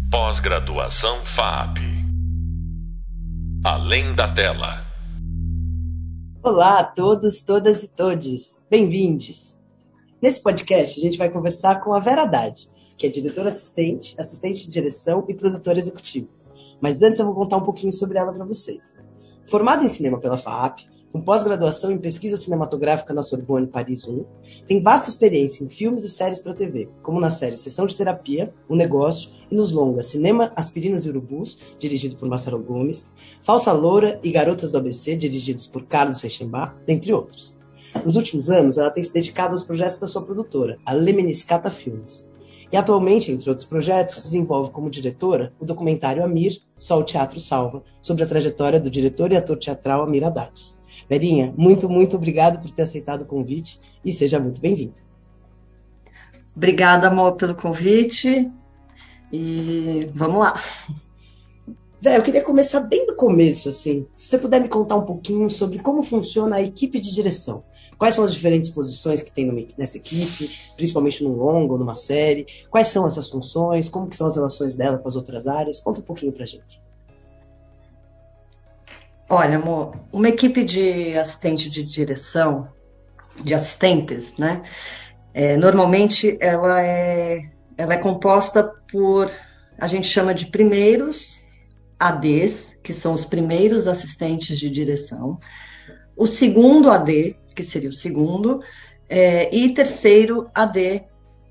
Pós-graduação FAP. Além da tela. Olá a todos, todas e todes. Bem-vindos. Nesse podcast a gente vai conversar com a Vera Haddad, que é diretora assistente, assistente de direção e produtora executiva. Mas antes eu vou contar um pouquinho sobre ela para vocês. Formada em cinema pela FAAP, com pós-graduação em pesquisa cinematográfica na Sorbonne Paris 1, tem vasta experiência em filmes e séries para TV, como na série Sessão de Terapia, O Negócio, e nos longas Cinema, Aspirinas e Urubus, dirigido por Marcelo Gomes, Falsa Loura e Garotas do ABC, dirigidos por Carlos Reichenbach, dentre outros. Nos últimos anos, ela tem se dedicado aos projetos da sua produtora, a Lemniscata Filmes. E atualmente, entre outros projetos, desenvolve como diretora o documentário Amir, Só o Teatro Salva, sobre a trajetória do diretor e ator teatral Amir Haddad. Verinha, muito obrigado por ter aceitado o convite e seja muito bem-vinda. Obrigada, amor, pelo convite e vamos lá. Vé, eu queria começar bem do começo, assim. Se você puder me contar um pouquinho sobre como funciona a equipe de direção. Quais são as diferentes posições que tem nessa equipe, principalmente num longa ou numa série? Quais são essas funções? Como que são as relações dela com as outras áreas? Conta um pouquinho pra gente. Olha, amor, uma equipe de assistente de direção, de assistentes, né? Normalmente ela é composta por, a gente chama de primeiros ADs, que são os primeiros assistentes de direção, o segundo AD, que seria o segundo, e terceiro AD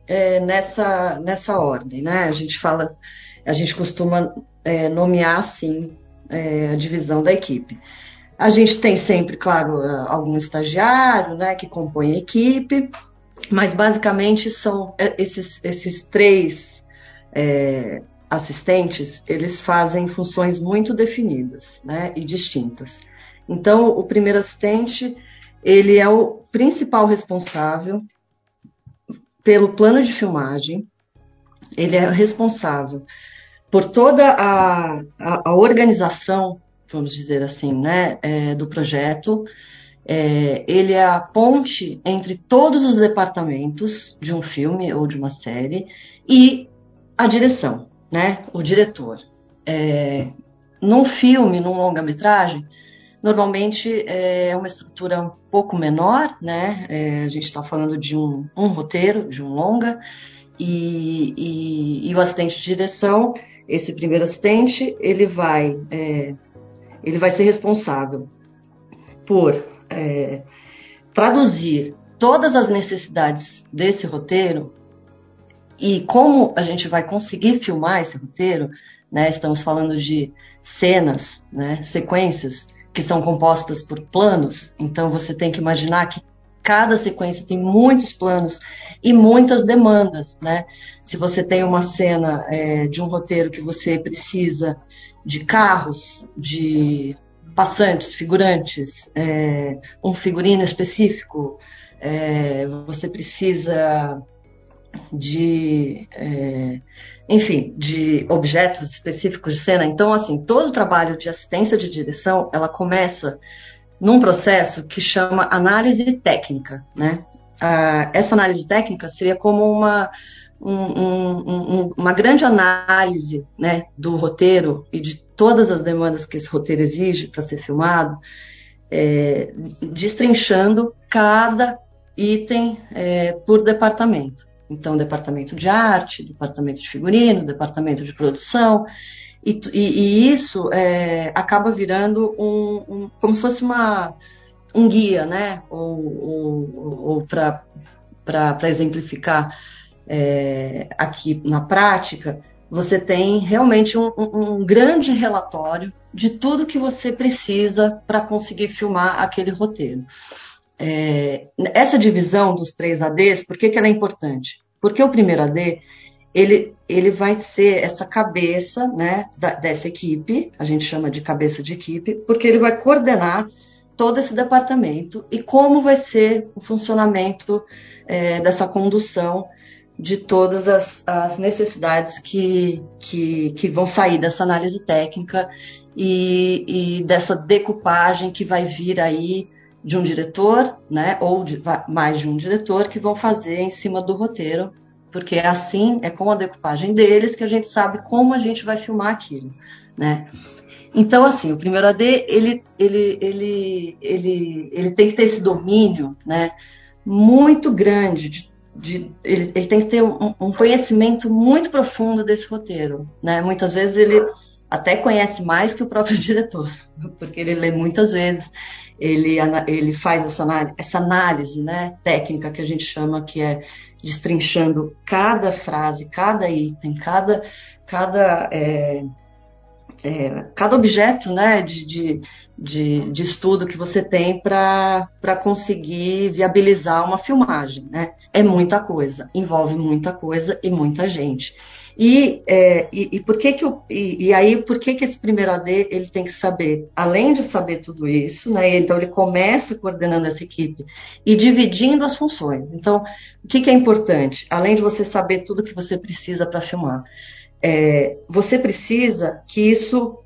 nessa ordem, né? A gente costuma nomear assim a divisão da equipe. A gente tem sempre, claro, algum estagiário, né, que compõe a equipe, mas basicamente são esses três assistentes, eles fazem funções muito definidas, né, e distintas. Então, o primeiro assistente, ele é o principal responsável pelo plano de filmagem, ele é responsável por toda a organização, vamos dizer assim, né, do projeto. Ele é a ponte entre todos os departamentos de um filme ou de uma série e a direção, né, o diretor. Num filme, num longa-metragem, normalmente é uma estrutura um pouco menor, né? A gente está falando de um roteiro, de um longa, e o assistente de direção, esse primeiro assistente, ele vai ser responsável por traduzir todas as necessidades desse roteiro e como a gente vai conseguir filmar esse roteiro, né? Estamos falando de cenas, né? Sequências que são compostas por planos, então você tem que imaginar que cada sequência tem muitos planos e muitas demandas, né? Se você tem uma cena de um roteiro que você precisa de carros, de passantes, figurantes, um figurino específico, você precisa de objetos específicos de cena. Então, assim, todo o trabalho de assistência de direção, ela começa num processo que chama análise técnica, né? Essa análise técnica seria como uma grande análise, né, do roteiro e de todas as demandas que esse roteiro exige para ser filmado, destrinchando cada item por departamento. Então, departamento de arte, departamento de figurino, departamento de produção, e isso acaba virando como se fosse um guia, né? Ou para exemplificar aqui na prática, você tem realmente um grande relatório de tudo que você precisa para conseguir filmar aquele roteiro. Essa divisão dos três ADs, por que ela é importante? Porque o primeiro AD, ele vai ser essa cabeça, né, dessa equipe, a gente chama de cabeça de equipe, porque ele vai coordenar todo esse departamento e como vai ser o funcionamento dessa condução de todas as necessidades que vão sair dessa análise técnica e dessa decupagem que vai vir aí de um diretor, né, ou mais de um diretor, que vão fazer em cima do roteiro porque é assim, é com a decupagem deles que a gente sabe como a gente vai filmar aquilo, né? Então, assim, o primeiro AD, ele tem que ter esse domínio, né, muito grande, ele tem que ter um conhecimento muito profundo desse roteiro, né? Muitas vezes ele até conhece mais que o próprio diretor, porque ele lê muitas vezes, ele faz essa análise, né, técnica que a gente chama, que é destrinchando cada frase, cada item, cada objeto, né, de estudo que você tem para conseguir viabilizar uma filmagem, né? É muita coisa, envolve muita coisa e muita gente. E por que que esse primeiro AD ele tem que saber, além de saber tudo isso, né? Então ele começa coordenando essa equipe e dividindo as funções. Então, o que é importante? Além de você saber tudo que você precisa para filmar, você precisa que isso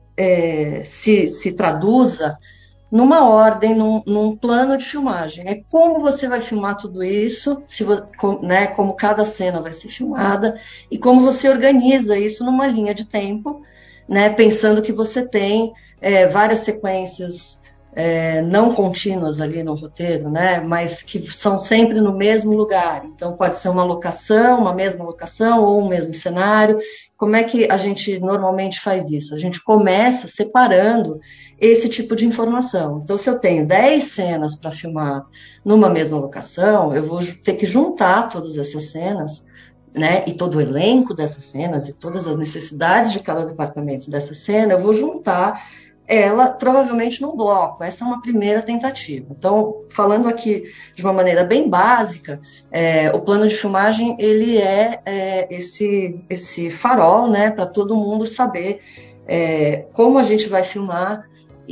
se traduza numa ordem, num plano de filmagem. É como você vai filmar tudo isso, né, como cada cena vai ser filmada, e como você organiza isso numa linha de tempo, né, pensando que você tem várias sequências não contínuas ali no roteiro, né, mas que são sempre no mesmo lugar. Então, pode ser uma mesma locação ou um mesmo cenário. Como é que a gente normalmente faz isso? A gente começa separando esse tipo de informação. Então, se eu tenho 10 cenas para filmar numa mesma locação, eu vou ter que juntar todas essas cenas, né, e todo o elenco dessas cenas e todas as necessidades de cada departamento dessa cena, eu vou juntar ela provavelmente num bloco. Essa é uma primeira tentativa. Então, falando aqui de uma maneira bem básica, o plano de filmagem ele é esse farol, né, para todo mundo saber como a gente vai filmar,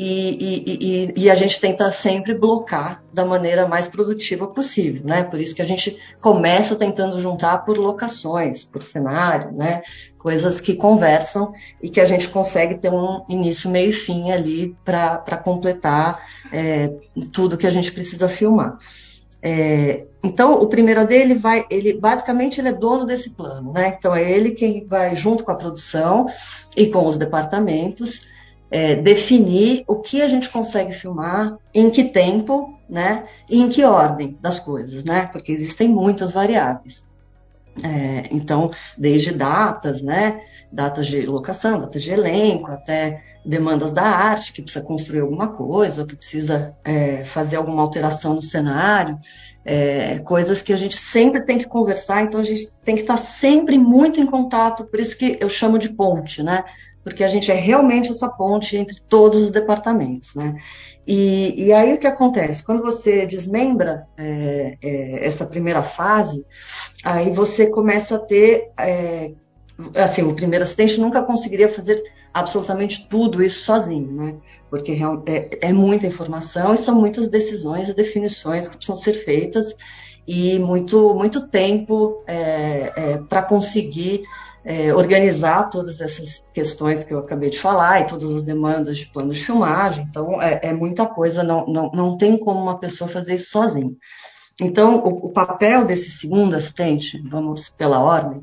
e a gente tenta sempre blocar da maneira mais produtiva possível, né? Por isso que a gente começa tentando juntar por locações, por cenário, né? Coisas que conversam e que a gente consegue ter um início, meio e fim ali para completar tudo que a gente precisa filmar. Então, o primeiro AD, basicamente ele é dono desse plano, né? Então, é ele quem vai, junto com a produção e com os departamentos, definir o que a gente consegue filmar, em que tempo, né, e em que ordem das coisas, né, porque existem muitas variáveis. Então, desde datas, né, datas de locação, datas de elenco, até demandas da arte, que precisa construir alguma coisa, ou que precisa fazer alguma alteração no cenário, coisas que a gente sempre tem que conversar, então a gente tem que estar sempre muito em contato, por isso que eu chamo de ponte, né, porque a gente é realmente essa ponte entre todos os departamentos, né? E aí o que acontece? Quando você desmembra essa primeira fase, aí você começa a ter... assim, o primeiro assistente nunca conseguiria fazer absolutamente tudo isso sozinho, né? Porque é muita informação e são muitas decisões e definições que precisam ser feitas e muito, muito tempo para conseguir organizar todas essas questões que eu acabei de falar e todas as demandas de plano de filmagem. Então, é muita coisa, não tem como uma pessoa fazer isso sozinha. Então, o papel desse segundo assistente, vamos pela ordem,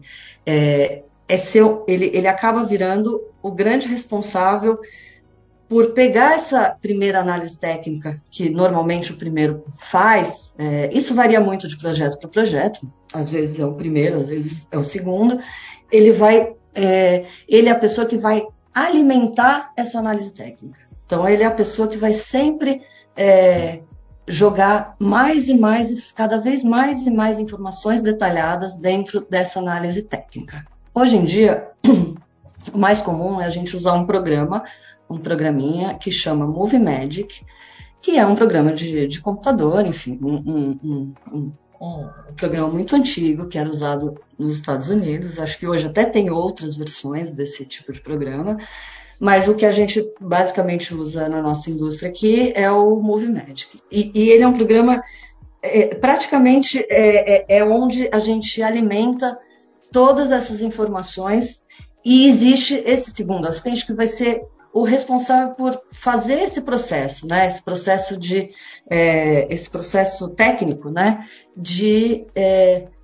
ele acaba virando o grande responsável por pegar essa primeira análise técnica, que normalmente o primeiro faz. Isso varia muito de projeto para projeto, às vezes é o primeiro, às vezes é o segundo. Ele é a pessoa que vai alimentar essa análise técnica. Então, ele é a pessoa que vai sempre jogar mais e mais, cada vez mais e mais informações detalhadas dentro dessa análise técnica. Hoje em dia, o mais comum é a gente usar um programinha que chama Movie Magic, que é um programa de computador, enfim, um programa muito antigo que era usado nos Estados Unidos. Acho que hoje até tem outras versões desse tipo de programa, mas o que a gente basicamente usa na nossa indústria aqui é o Movie Magic. E ele é um programa, praticamente, onde a gente alimenta todas essas informações, e existe esse segundo assistente que vai ser o responsável por fazer esse processo, né? Esse processo técnico, né? De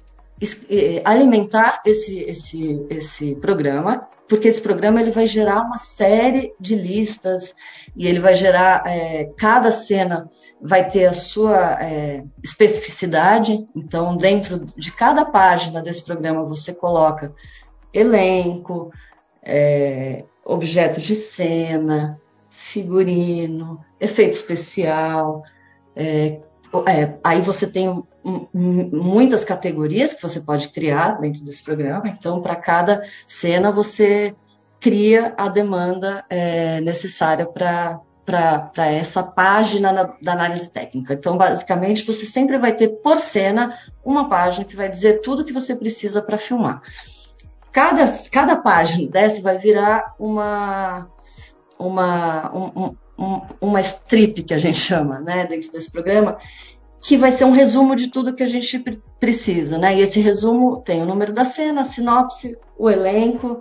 alimentar esse programa, porque esse programa ele vai gerar uma série de listas e ele vai gerar, cada cena vai ter a sua especificidade. Então, dentro de cada página desse programa, você coloca elenco, objetos de cena, figurino, efeito especial. Aí você tem muitas categorias que você pode criar dentro desse programa. Então, para cada cena, você cria a demanda necessária para essa página da análise técnica. Então, basicamente, você sempre vai ter por cena uma página que vai dizer tudo que você precisa para filmar. Cada página dessa vai virar uma strip, que a gente chama, né, dentro desse programa, que vai ser um resumo de tudo que a gente precisa, né? E esse resumo tem o número da cena, a sinopse, o elenco,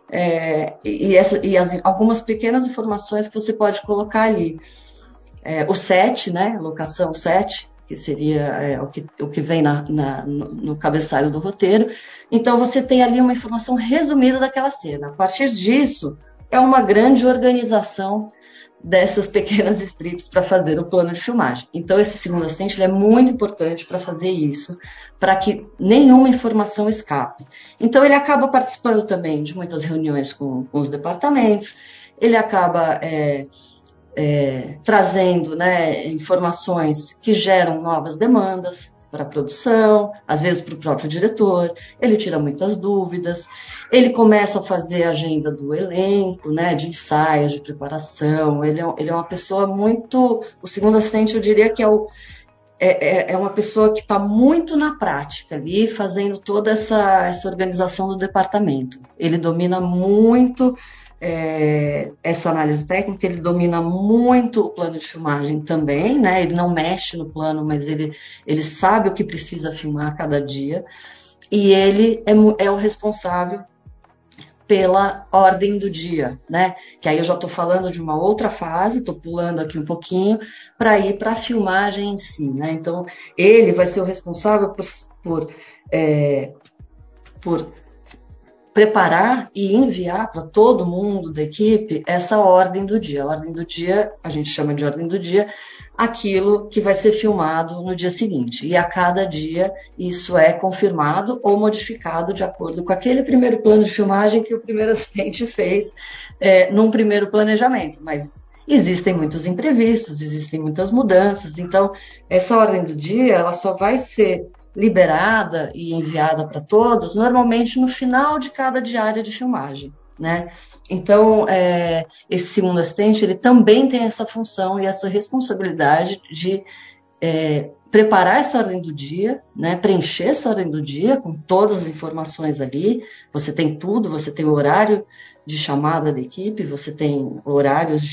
algumas pequenas informações que você pode colocar ali. O set, né? Locação set, que seria o que vem no cabeçalho do roteiro. Então, você tem ali uma informação resumida daquela cena. A partir disso, é uma grande organização dessas pequenas strips para fazer o plano de filmagem. Então, esse segundo assistente ele é muito importante para fazer isso, para que nenhuma informação escape. Então, ele acaba participando também de muitas reuniões com os departamentos, ele acaba trazendo, né, informações que geram novas demandas para a produção, às vezes para o próprio diretor, ele tira muitas dúvidas, ele começa a fazer a agenda do elenco, né, de ensaios, de preparação, ele é uma pessoa muito... O segundo assistente, eu diria que é uma pessoa que está muito na prática ali, fazendo toda essa organização do departamento. Ele domina muito essa análise técnica, ele domina muito o plano de filmagem também, né? Ele não mexe no plano, mas ele sabe o que precisa filmar a cada dia, e ele é o responsável pela ordem do dia, né? Que aí eu já estou falando de uma outra fase, estou pulando aqui um pouquinho para ir para a filmagem em si, né? Então, ele vai ser o responsável por preparar e enviar para todo mundo da equipe essa ordem do dia. A ordem do dia, a gente chama de ordem do dia, aquilo que vai ser filmado no dia seguinte. E a cada dia isso é confirmado ou modificado de acordo com aquele primeiro plano de filmagem que o primeiro assistente fez num primeiro planejamento. Mas existem muitos imprevistos, existem muitas mudanças. Então, essa ordem do dia ela só vai ser liberada e enviada para todos, normalmente no final de cada diária de filmagem, né? Então, esse segundo assistente, ele também tem essa função e essa responsabilidade de preparar essa ordem do dia, né? Preencher essa ordem do dia com todas as informações ali, você tem tudo, você tem o horário de chamada da equipe, você tem horários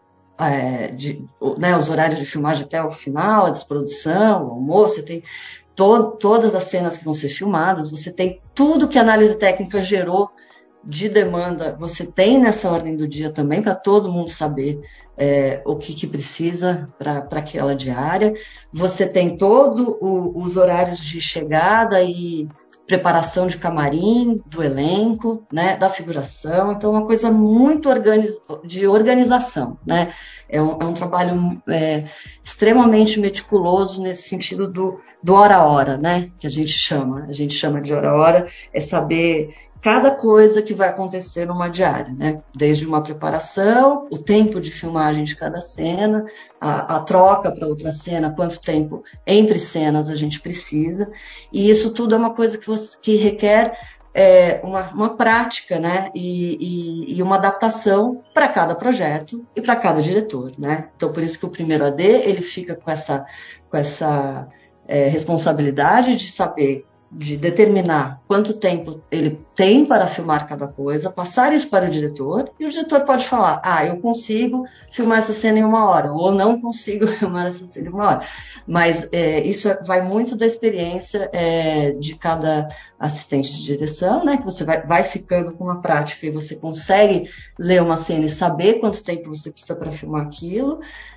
né, os horários de filmagem até o final, a desprodução, o almoço, você tem todas as cenas que vão ser filmadas, você tem tudo que a análise técnica gerou de demanda, você tem nessa ordem do dia também, para todo mundo saber o que precisa para aquela diária. Você tem todos os horários de chegada e preparação de camarim, do elenco, né, da figuração. Então, é uma coisa muito de organização, né? É um trabalho extremamente meticuloso nesse sentido do hora a hora, né? Que a gente chama de hora a hora, é saber cada coisa que vai acontecer numa diária, né? Desde uma preparação, o tempo de filmagem de cada cena, a troca para outra cena, quanto tempo entre cenas a gente precisa, e isso tudo é uma coisa que requer uma prática, né? E uma adaptação para cada projeto e para cada diretor, né? Então, por isso que o primeiro AD, ele fica com essa responsabilidade de saber, de determinar quanto tempo ele tem para filmar cada coisa, passar isso para o diretor, e o diretor pode falar, eu consigo filmar essa cena em 1 hora, ou não consigo filmar essa cena em 1 hora. Mas isso vai muito da experiência de cada assistente de direção, né? Que você vai ficando com uma prática e você consegue ler uma cena e saber quanto tempo você precisa para filmar aquilo.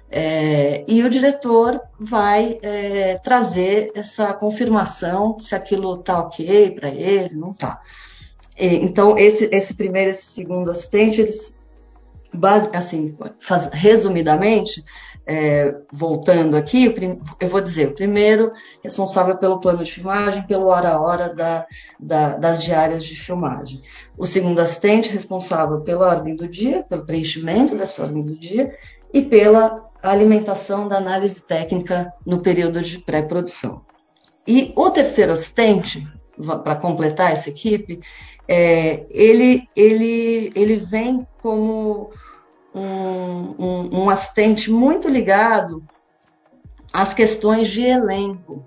E o diretor vai trazer essa confirmação se aquilo está ok para ele, não está. Então, esse primeiro e esse segundo assistente, eles, assim, resumidamente, voltando aqui, eu vou dizer, o primeiro responsável pelo plano de filmagem, pelo hora a hora das diárias de filmagem. O segundo assistente responsável pela ordem do dia, pelo preenchimento dessa ordem do dia e pela alimentação da análise técnica no período de pré-produção. E o terceiro assistente, para completar essa equipe, ele vem como um assistente muito ligado às questões de elenco.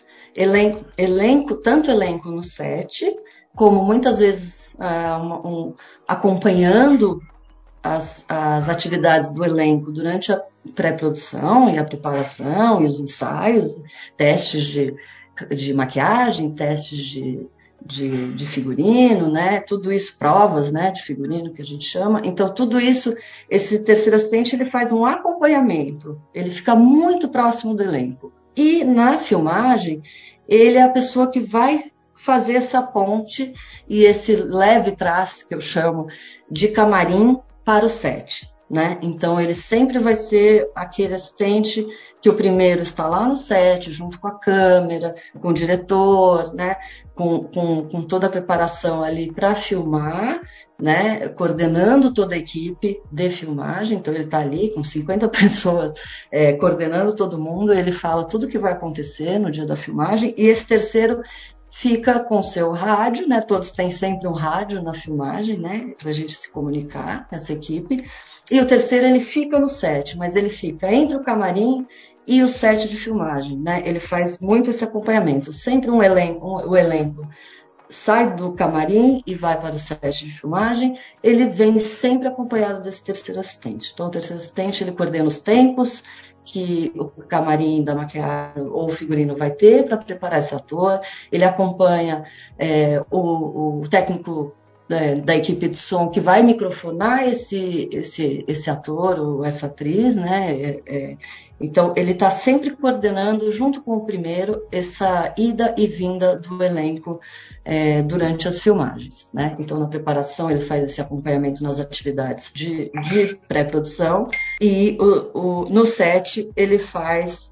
Tanto elenco no set, como muitas vezes acompanhando as atividades do elenco durante a pré-produção e a preparação e os ensaios, testes de maquiagem, testes de figurino, né? Tudo isso, provas, né, de figurino que a gente chama. Então, tudo isso, esse terceiro assistente, ele faz um acompanhamento, ele fica muito próximo do elenco. E na filmagem, ele é a pessoa que vai fazer essa ponte e esse leve trás, que eu chamo, de camarim para o set. Né? Então, ele sempre vai ser aquele assistente que o primeiro está lá no set, junto com a câmera, com o diretor, né? com toda a preparação ali para filmar, né? Coordenando toda a equipe de filmagem. Então, ele está ali com 50 pessoas, coordenando todo mundo, ele fala tudo o que vai acontecer no dia da filmagem, e esse terceiro fica com seu rádio, né? Todos têm sempre um rádio na filmagem, né? Para a gente se comunicar, essa equipe. E o terceiro, ele fica no set, mas ele fica entre o camarim e o set de filmagem, né? Ele faz muito esse acompanhamento. Sempre o elenco sai do camarim e vai para o set de filmagem, ele vem sempre acompanhado desse terceiro assistente. Então, o terceiro assistente, ele coordena os tempos que o camarim da maquiagem ou o figurino vai ter para preparar esse ator, ele acompanha o técnico da equipe de som que vai microfonar esse ator ou essa atriz, né? Então, ele está sempre coordenando, junto com o primeiro, essa ida e vinda do elenco durante as filmagens, né? Então, na preparação, ele faz esse acompanhamento nas atividades de pré-produção e no set ele faz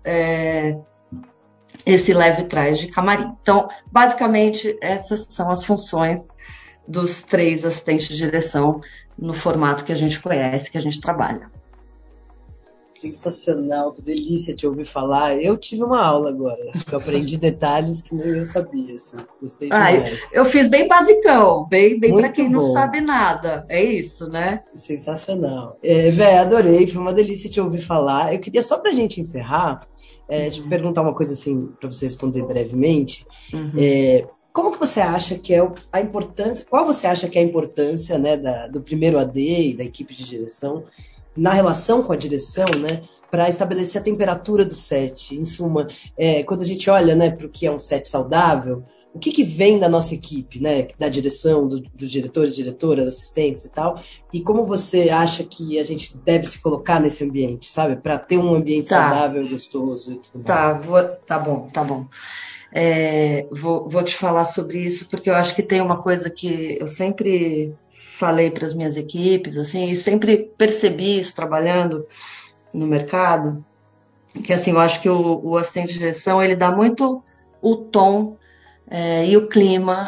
esse leve trás de camarim. Então, basicamente, essas são as funções dos 3 assistentes de direção no formato que a gente conhece, que a gente trabalha. Sensacional, que delícia te ouvir falar. Eu tive uma aula agora, que eu aprendi detalhes que nem eu sabia, assim. Gostei demais. Eu fiz bem basicão, bem para quem não sabe nada, é isso, né? Sensacional. Vé, adorei, foi uma delícia te ouvir falar. Eu queria, só pra gente encerrar, te perguntar uma coisa assim, para você responder brevemente. Como que você acha que é a importância, qual você acha que é a importância, né, do primeiro AD e da equipe de direção na relação com a direção, né, para estabelecer a temperatura do set? Em suma, quando a gente olha, né, para o que é um set saudável, o que vem da nossa equipe, né, da direção, dos diretores, diretoras, assistentes e tal, e como você acha que a gente deve se colocar nesse ambiente, sabe, para ter um ambiente saudável e gostoso e tudo mais? Tá bom. Vou te falar sobre isso, porque eu acho que tem uma coisa que eu sempre falei para as minhas equipes, assim, e sempre percebi isso trabalhando no mercado, que assim, eu acho que o assistente de direção, ele dá muito o tom e o clima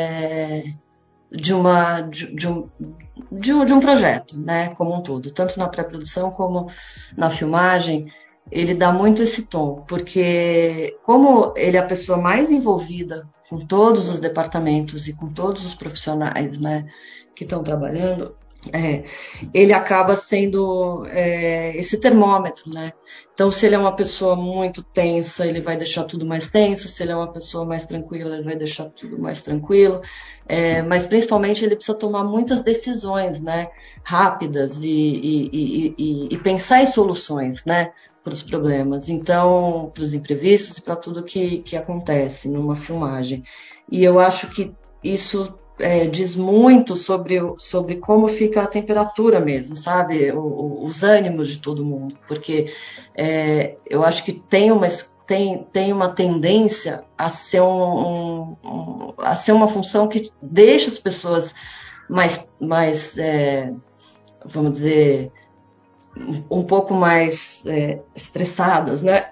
de um projeto, né, como um todo, tanto na pré-produção como na filmagem. Ele dá muito esse tom, porque como ele é a pessoa mais envolvida com todos os departamentos e com todos os profissionais, né, que estão trabalhando, ele acaba sendo esse termômetro, né? Então, se ele é uma pessoa muito tensa, ele vai deixar tudo mais tenso. Se ele é uma pessoa mais tranquila, ele vai deixar tudo mais tranquilo. Mas, principalmente, ele precisa tomar muitas decisões, né, rápidas e pensar em soluções, né, para os problemas. Então, para os imprevistos e para tudo que acontece numa filmagem. E eu acho que isso diz muito sobre como fica a temperatura mesmo, sabe? Os ânimos de todo mundo, porque eu acho que tem uma tendência a ser a ser uma função que deixa as pessoas mais vamos dizer, um pouco mais estressadas, né?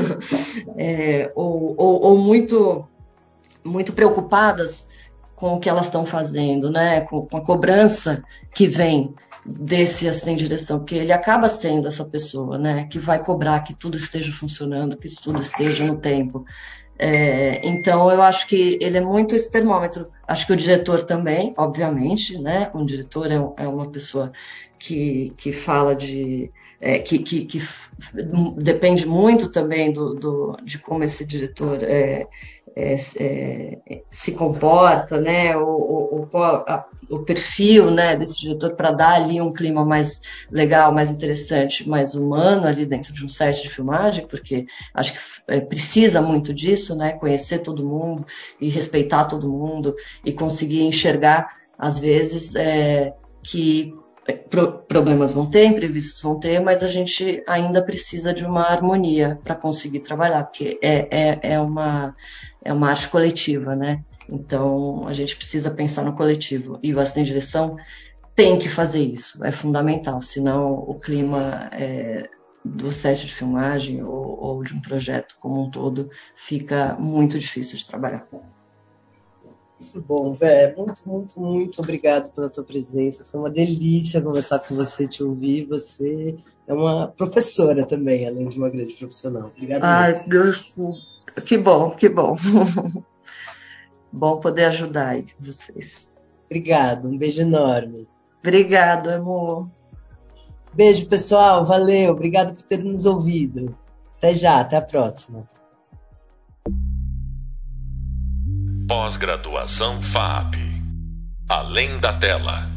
Ou muito, muito preocupadas com o que elas estão fazendo, né? Com a cobrança que vem desse assistente de direção, porque ele acaba sendo essa pessoa, né? Que vai cobrar que tudo esteja funcionando, que tudo esteja no tempo. Então, eu acho que ele é muito esse termômetro. Acho que o diretor também, obviamente, né? Um diretor é uma pessoa que fala de... que depende muito também de como esse diretor se comporta, né? O perfil, né, desse diretor para dar ali um clima mais legal, mais interessante, mais humano ali dentro de um set de filmagem, porque acho que precisa muito disso, né? Conhecer todo mundo e respeitar todo mundo e conseguir enxergar, às vezes, que problemas vão ter, imprevistos vão ter, mas a gente ainda precisa de uma harmonia para conseguir trabalhar, porque é uma arte coletiva, né? Então, a gente precisa pensar no coletivo. E o assistente de direção tem que fazer isso, é fundamental, senão o clima do set de filmagem ou de um projeto como um todo fica muito difícil de trabalhar. Muito bom, Vé. Muito, muito, muito obrigado pela tua presença. Foi uma delícia conversar com você, te ouvir. Você é uma professora também, além de uma grande profissional. Obrigado mesmo. Deus, que bom, que bom. Bom poder ajudar aí vocês. Obrigado, um beijo enorme. Obrigada, amor. Beijo, pessoal. Valeu. Obrigado por ter nos ouvido. Até já, até a próxima. Pós-graduação FAP. Além da tela.